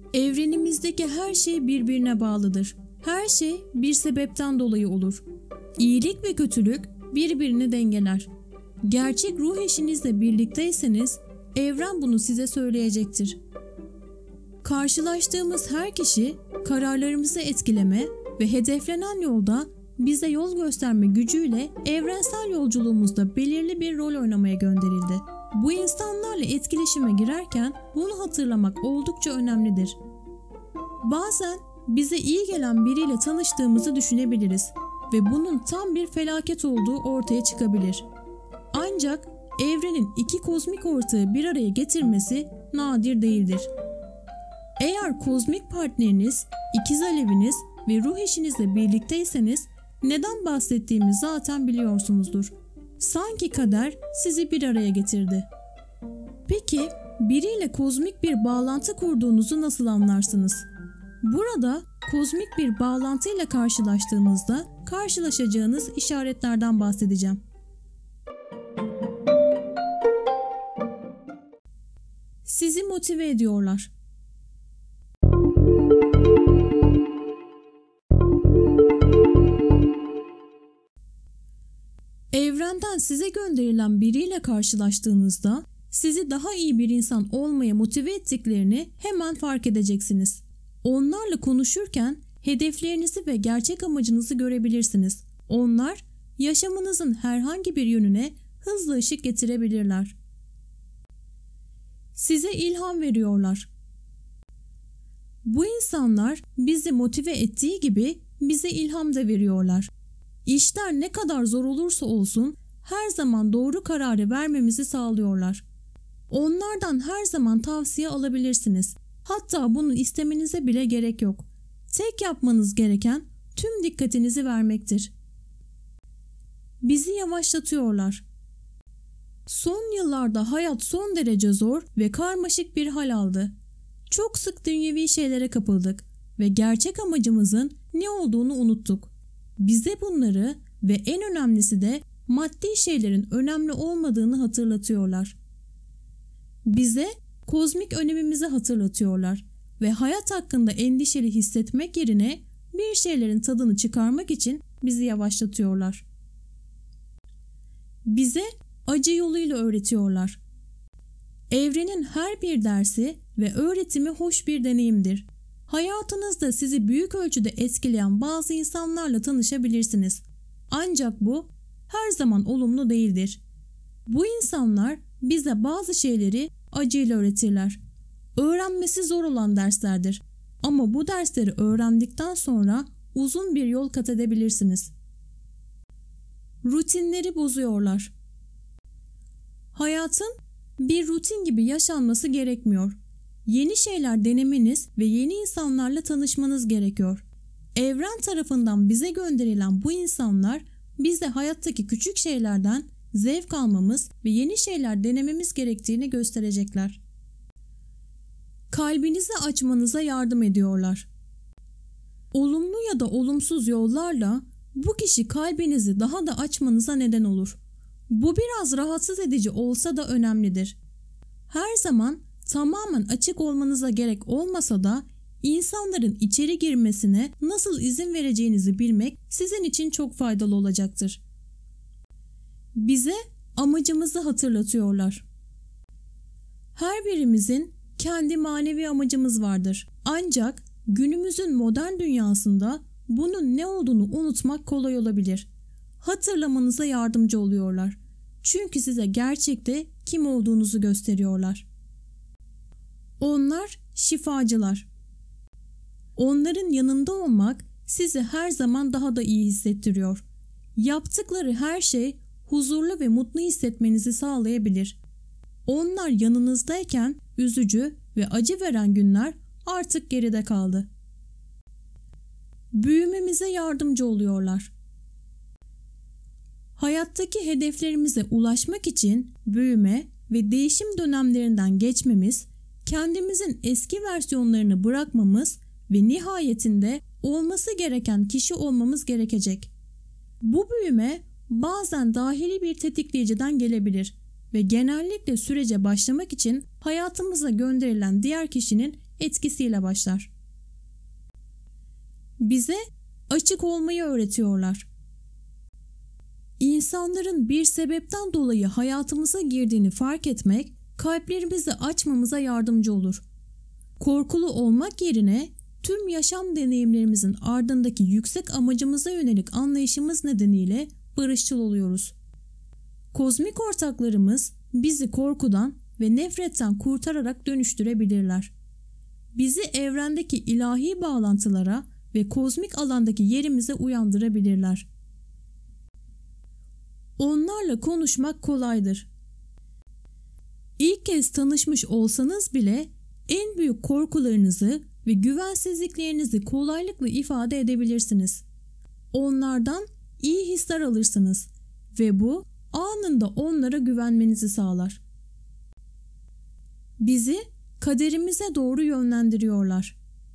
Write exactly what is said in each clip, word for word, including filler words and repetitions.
Evrenimizdeki her şey birbirine bağlıdır. Her şey bir sebepten dolayı olur. İyilik ve kötülük birbirini dengeler. Gerçek ruh eşinizle birlikteyseniz evren bunu size söyleyecektir. Karşılaştığımız her kişi kararlarımızı etkileme ve hedeflenen yolda bize yol gösterme gücüyle evrensel yolculuğumuzda belirli bir rol oynamaya gönderildi. Bu insanlarla etkileşime girerken bunu hatırlamak oldukça önemlidir. Bazen bize iyi gelen biriyle tanıştığımızı düşünebiliriz ve bunun tam bir felaket olduğu ortaya çıkabilir. Ancak evrenin iki kozmik ortağı bir araya getirmesi nadir değildir. Eğer kozmik partneriniz, ikiz aleviniz ve ruh eşinizle birlikteyseniz neden bahsettiğimi zaten biliyorsunuzdur. Sanki kader sizi bir araya getirdi. Peki biriyle kozmik bir bağlantı kurduğunuzu nasıl anlarsınız? Burada kozmik bir bağlantıyla karşılaştığınızda karşılaşacağınız işaretlerden bahsedeceğim. Sizi motive ediyorlar. Evrenden size gönderilen biriyle karşılaştığınızda sizi daha iyi bir insan olmaya motive ettiklerini hemen fark edeceksiniz. Onlarla konuşurken hedeflerinizi ve gerçek amacınızı görebilirsiniz. Onlar yaşamınızın herhangi bir yönüne hızlı ışık getirebilirler. Size ilham veriyorlar. Bu insanlar bizi motive ettiği gibi bize ilham da veriyorlar. İşler ne kadar zor olursa olsun her zaman doğru kararı vermemizi sağlıyorlar. Onlardan her zaman tavsiye alabilirsiniz. Hatta bunu istemenize bile gerek yok. Tek yapmanız gereken tüm dikkatinizi vermektir. Bizi yavaşlatıyorlar. Son yıllarda hayat son derece zor ve karmaşık bir hal aldı. Çok sık dünyevi şeylere kapıldık ve gerçek amacımızın ne olduğunu unuttuk. Bize bunları ve en önemlisi de maddi şeylerin önemli olmadığını hatırlatıyorlar. Bize kozmik önemimizi hatırlatıyorlar ve hayat hakkında endişeli hissetmek yerine bir şeylerin tadını çıkarmak için bizi yavaşlatıyorlar. Bize acı yoluyla öğretiyorlar. Evrenin her bir dersi ve öğretimi hoş bir deneyimdir. Hayatınızda sizi büyük ölçüde etkileyen bazı insanlarla tanışabilirsiniz. Ancak bu her zaman olumlu değildir. Bu insanlar bize bazı şeyleri acıyla öğretirler. Öğrenmesi zor olan derslerdir. Ama bu dersleri öğrendikten sonra uzun bir yol kat edebilirsiniz. Rutinleri bozuyorlar. Hayatın bir rutin gibi yaşanması gerekmiyor. Yeni şeyler denemeniz ve yeni insanlarla tanışmanız gerekiyor. Evren tarafından bize gönderilen bu insanlar bize hayattaki küçük şeylerden zevk almamız ve yeni şeyler denememiz gerektiğini gösterecekler. Kalbinizi açmanıza yardım ediyorlar. Olumlu ya da olumsuz yollarla bu kişi kalbinizi daha da açmanıza neden olur. Bu biraz rahatsız edici olsa da önemlidir. Her zaman tamamen açık olmanıza gerek olmasa da insanların içeri girmesine nasıl izin vereceğinizi bilmek sizin için çok faydalı olacaktır. Bize amacımızı hatırlatıyorlar. Her birimizin kendi manevi amacımız vardır. Ancak günümüzün modern dünyasında bunun ne olduğunu unutmak kolay olabilir. Hatırlamanıza yardımcı oluyorlar. Çünkü size gerçekte kim olduğunuzu gösteriyorlar. Onlar şifacılar. Onların yanında olmak sizi her zaman daha da iyi hissettiriyor. Yaptıkları her şey huzurlu ve mutlu hissetmenizi sağlayabilir. Onlar yanınızdayken üzücü ve acı veren günler artık geride kaldı. Büyümemize yardımcı oluyorlar. Hayattaki hedeflerimize ulaşmak için büyüme ve değişim dönemlerinden geçmemiz, kendimizin eski versiyonlarını bırakmamız ve nihayetinde olması gereken kişi olmamız gerekecek. Bu büyüme bazen dahili bir tetikleyiciden gelebilir ve genellikle sürece başlamak için hayatımıza gönderilen diğer kişinin etkisiyle başlar. Bize açık olmayı öğretiyorlar. İnsanların bir sebepten dolayı hayatımıza girdiğini fark etmek, kalplerimizi açmamıza yardımcı olur. Korkulu olmak yerine tüm yaşam deneyimlerimizin ardındaki yüksek amacımıza yönelik anlayışımız nedeniyle barışçıl oluyoruz. Kozmik ortaklarımız bizi korkudan ve nefretten kurtararak dönüştürebilirler. Bizi evrendeki ilahi bağlantılara ve kozmik alandaki yerimize uyandırabilirler. Onlarla konuşmak kolaydır. İlk kez tanışmış olsanız bile en büyük korkularınızı ve güvensizliklerinizi kolaylıkla ifade edebilirsiniz. Onlardan iyi hisler alırsınız ve bu anında onlara güvenmenizi sağlar. Bizi kaderimize doğru yönlendiriyorlar.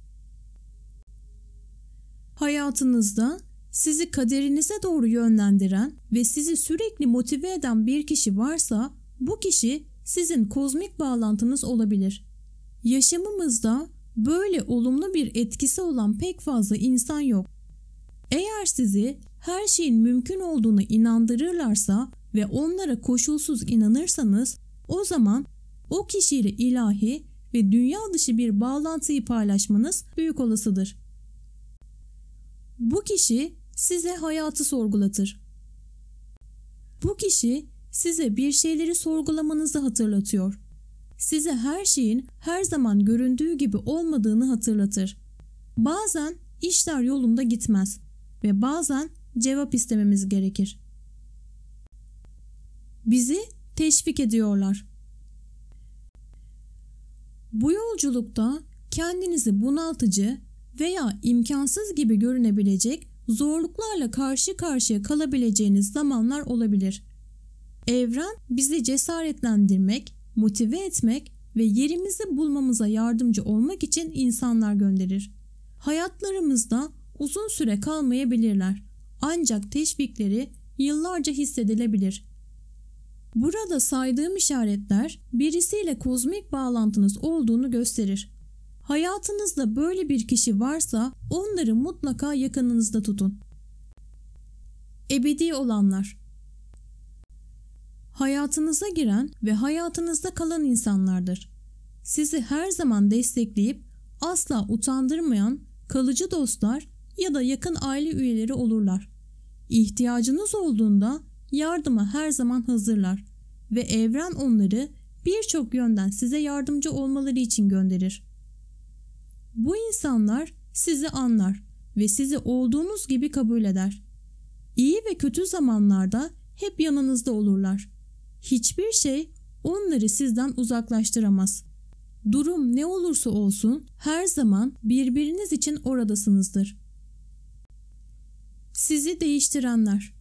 Hayatınızda sizi kaderinize doğru yönlendiren ve sizi sürekli motive eden bir kişi varsa bu kişi sizin kozmik bağlantınız olabilir. Yaşamımızda böyle olumlu bir etkisi olan pek fazla insan yok. Eğer sizi her şeyin mümkün olduğuna inandırırlarsa ve onlara koşulsuz inanırsanız o zaman o kişiyle ilahi ve dünya dışı bir bağlantıyı paylaşmanız büyük olasıdır. Bu kişi size hayatı sorgulatır. Bu kişi size bir şeyleri sorgulamanızı hatırlatıyor. Size her şeyin her zaman göründüğü gibi olmadığını hatırlatır. Bazen işler yolunda gitmez ve bazen cevap istememiz gerekir. Bizi teşvik ediyorlar. Bu yolculukta kendinizi bunaltıcı veya imkansız gibi görünebilecek zorluklarla karşı karşıya kalabileceğiniz zamanlar olabilir. Evren bizi cesaretlendirmek, motive etmek ve yerimizi bulmamıza yardımcı olmak için insanlar gönderir. Hayatlarımızda uzun süre kalmayabilirler ancak teşvikleri yıllarca hissedilebilir. Burada saydığım işaretler birisiyle kozmik bağlantınız olduğunu gösterir. Hayatınızda böyle bir kişi varsa onları mutlaka yakınınızda tutun. Ebedi olanlar. Hayatınıza giren ve hayatınızda kalan insanlardır. Sizi her zaman destekleyip asla utandırmayan kalıcı dostlar ya da yakın aile üyeleri olurlar. İhtiyacınız olduğunda yardıma her zaman hazırlar ve evren onları birçok yönden size yardımcı olmaları için gönderir. Bu insanlar sizi anlar ve sizi olduğunuz gibi kabul eder. İyi ve kötü zamanlarda hep yanınızda olurlar. Hiçbir şey onları sizden uzaklaştıramaz. Durum ne olursa olsun her zaman birbiriniz için oradasınızdır. Sizi değiştirenler.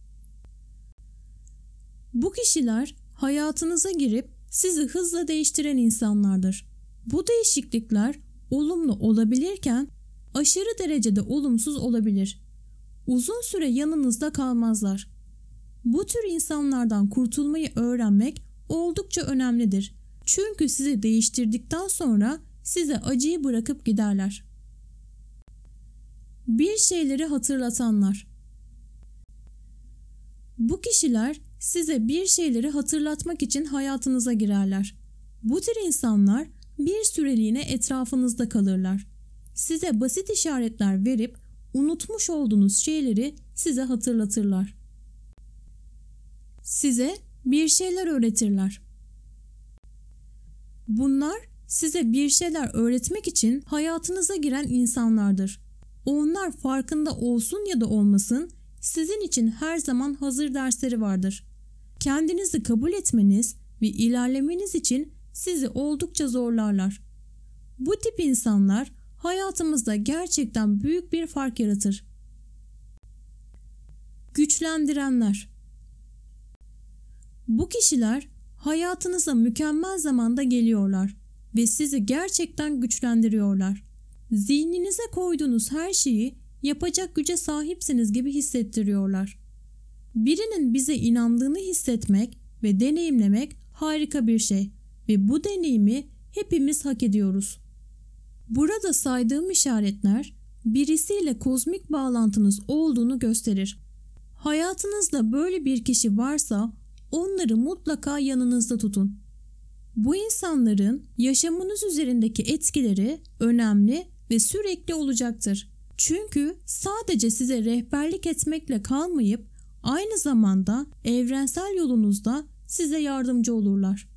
Bu kişiler hayatınıza girip sizi hızla değiştiren insanlardır. Bu değişiklikler olumlu olabilirken aşırı derecede olumsuz olabilir. Uzun süre yanınızda kalmazlar. Bu tür insanlardan kurtulmayı öğrenmek oldukça önemlidir. Çünkü sizi değiştirdikten sonra size acıyı bırakıp giderler. Bir şeyleri hatırlatanlar. Bu kişiler size bir şeyleri hatırlatmak için hayatınıza girerler. Bu tür insanlar bir süreliğine etrafınızda kalırlar. Size basit işaretler verip unutmuş olduğunuz şeyleri size hatırlatırlar. Size bir şeyler öğretirler. Bunlar size bir şeyler öğretmek için hayatınıza giren insanlardır. Onlar farkında olsun ya da olmasın sizin için her zaman hazır dersleri vardır. Kendinizi kabul etmeniz ve ilerlemeniz için sizi oldukça zorlarlar. Bu tip insanlar hayatımızda gerçekten büyük bir fark yaratır. Güçlendirenler. Bu kişiler hayatınıza mükemmel zamanda geliyorlar ve sizi gerçekten güçlendiriyorlar. Zihninize koyduğunuz her şeyi yapacak güce sahipsiniz gibi hissettiriyorlar. Birinin bize inandığını hissetmek ve deneyimlemek harika bir şey ve bu deneyimi hepimiz hak ediyoruz. Burada saydığım işaretler birisiyle kozmik bağlantınız olduğunu gösterir. Hayatınızda böyle bir kişi varsa onları mutlaka yanınızda tutun. Bu insanların yaşamınız üzerindeki etkileri önemli ve sürekli olacaktır. Çünkü sadece size rehberlik etmekle kalmayıp aynı zamanda evrensel yolunuzda size yardımcı olurlar.